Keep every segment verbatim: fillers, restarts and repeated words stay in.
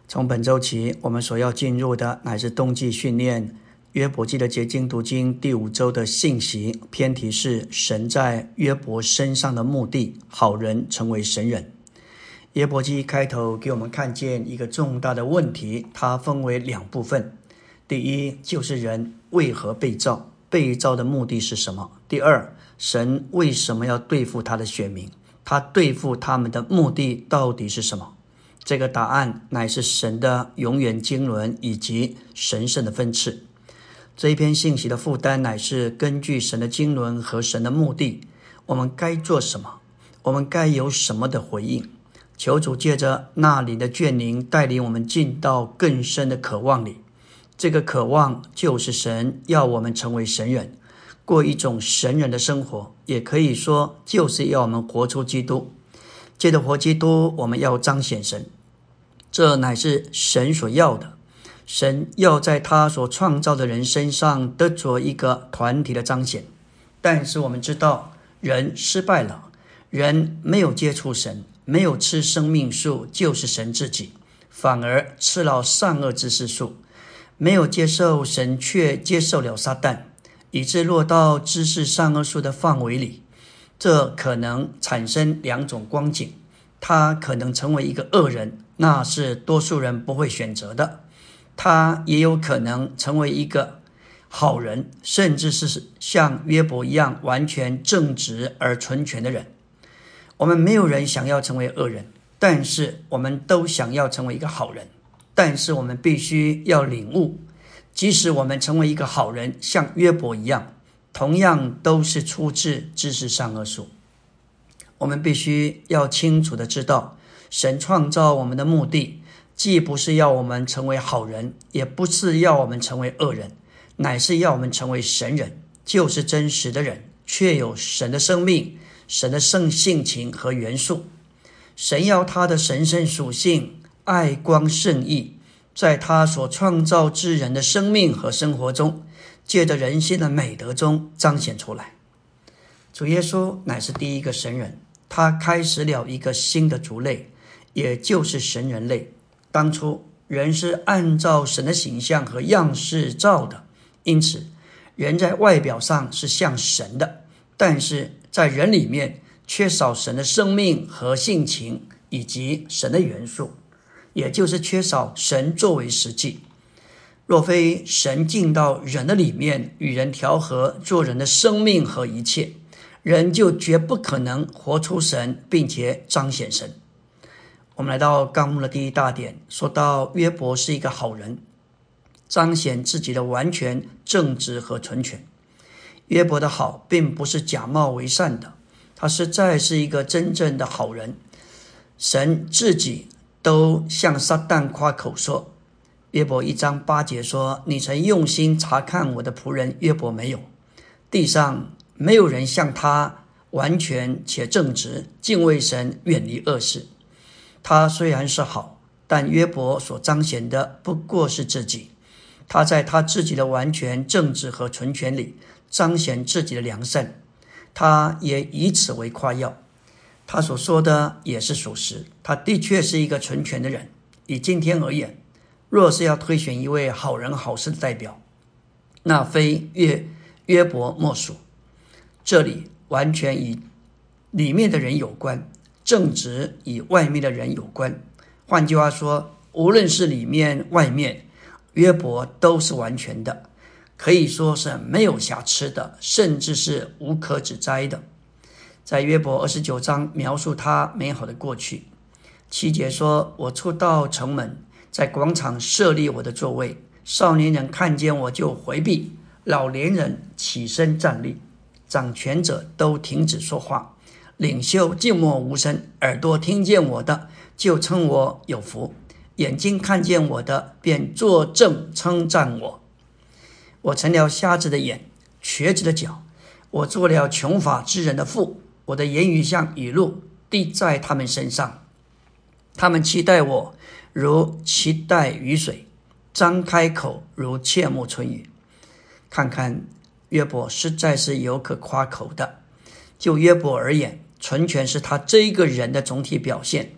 从本周起，我们所要进入的乃是冬季训练约伯记的结晶读经第五周的信息，篇题是神在约伯身上的目的，好人成为神人。约伯记开头给我们看见一个重大的问题，它分为两部分。第一，就是人为何被造，被造的目的是什么？第二，神为什么要对付他的选民，他对付他们的目的到底是什么？这个答案乃是神的永远经纶以及神圣的分赐。这一篇信息的负担乃是根据神的经纶和神的目的，我们该做什么，我们该有什么的回应。求主借着那里的眷灵带领我们进到更深的渴望里，这个渴望就是神要我们成为神人，过一种神人的生活，也可以说就是要我们活出基督。借着活基督，我们要彰显神，这乃是神所要的。神要在他所创造的人身上得着一个团体的彰显，但是我们知道人失败了，人没有接触神，没有吃生命树，就是神自己，反而吃了善恶知识树，没有接受神，却接受了撒旦，以致落到知识善恶树的范围里。这可能产生两种光景，他可能成为一个恶人，那是多数人不会选择的。他也有可能成为一个好人，甚至是像约伯一样完全正直而纯全的人。我们没有人想要成为恶人，但是我们都想要成为一个好人。但是我们必须要领悟，即使我们成为一个好人，像约伯一样，同样都是出自知识善恶树。我们必须要清楚地知道，神创造我们的目的，既不是要我们成为好人，也不是要我们成为恶人，乃是要我们成为神人，就是真实的人，却有神的生命，神的圣性情和元素。神要他的神圣属性，爱光圣义，在他所创造之人的生命和生活中，借着人性的美德中彰显出来。主耶稣乃是第一个神人，他开始了一个新的族类，也就是神人类。当初人是按照神的形象和样式造的，因此人在外表上是像神的，但是在人里面缺少神的生命和性情以及神的元素，也就是缺少神作为实际。若非神进到人的里面，与人调和，做人的生命和一切，人就绝不可能活出神，并且彰显神。我们来到纲目的第一大点，说到约伯是一个好人，彰显自己的完全正直和纯全。约伯的好并不是假冒为善的，他实在是一个真正的好人。神自己都向撒旦夸口说，约伯一章八节说，你曾用心查看我的仆人约伯没有？地上没有人像他完全且正直，敬畏神，远离恶事。他虽然是好，但约伯所彰显的不过是自己。他在他自己的完全正直和纯全里彰显自己的良善，他也以此为夸耀。他所说的也是属实，他的确是一个纯全的人。以今天而言，若是要推选一位好人好事的代表，那非约约伯莫属。这里完全与里面的人有关，正直与外面的人有关。换句话说，无论是里面外面，约伯都是完全的，可以说是没有瑕疵的，甚至是无可指摘的。在约伯二十九章描述他美好的过去，七节说，我出到城门，在广场设立我的座位，少年人看见我就回避，老年人起身站立，掌权者都停止说话，领袖静默无声，耳朵听见我的就称我有福，眼睛看见我的便作证称赞我。我成了瞎子的眼，瘸子的脚，我做了穷乏之人的父，我的言语像雨露滴在他们身上，他们期待我如期待雨水，张开口如切慕春雨。看看约伯实在是有可夸口的。就约伯而言，纯全是他这一个人的总体表现，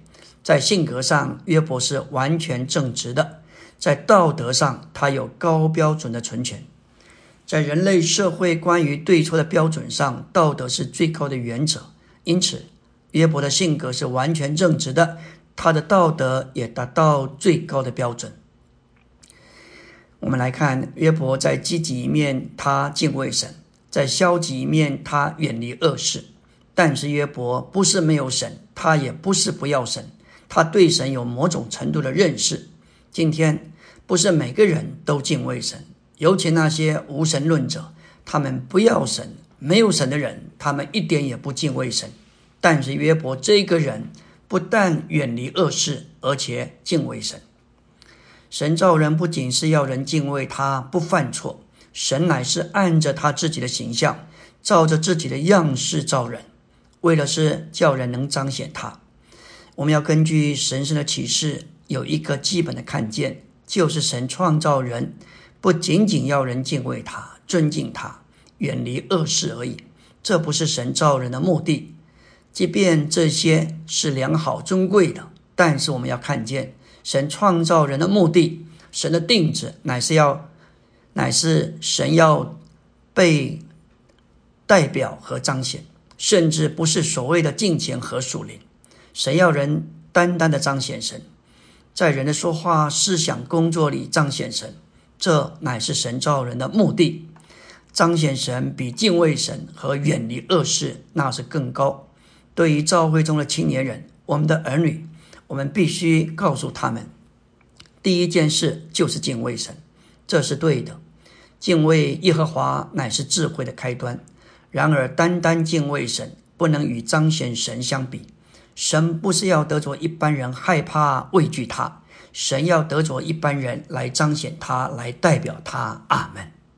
在性格上，约伯是完全正直的；在道德上，他有高标准的存全。在人类社会关于对错的标准上，道德是最高的原则。因此，约伯的性格是完全正直的，他的道德也达到最高的标准。我们来看约伯在积极一面，他敬畏神；在消极一面，他远离恶事。但是约伯不是没有神，他也不是不要神，他对神有某种程度的认识。今天不是每个人都敬畏神，尤其那些无神论者，他们不要神，没有神的人，他们一点也不敬畏神。但是约伯这个人不但远离恶事，而且敬畏神。神造人不仅是要人敬畏他，不犯错，神乃是按着他自己的形象，照着自己的样式造人，为了是叫人能彰显他。我们要根据神圣的启示有一个基本的看见，就是神创造人不仅仅要人敬畏他、尊敬他、远离恶事而已，这不是神造人的目的。即便这些是良好尊贵的，但是我们要看见神创造人的目的，神的定旨乃是要乃是神要被代表和彰显，甚至不是所谓的敬虔和属灵。神要人单单的彰显神，在人的说话、思想、工作里彰显神，这乃是神造人的目的。彰显神比敬畏神和远离恶事那是更高。对于教会中的青年人，我们的儿女，我们必须告诉他们，第一件事就是敬畏神，这是对的。敬畏耶和华乃是智慧的开端。然而单单敬畏神不能与彰显神相比。神不是要得着一般人害怕畏惧他，神要得着一般人来彰显他，来代表他。阿们。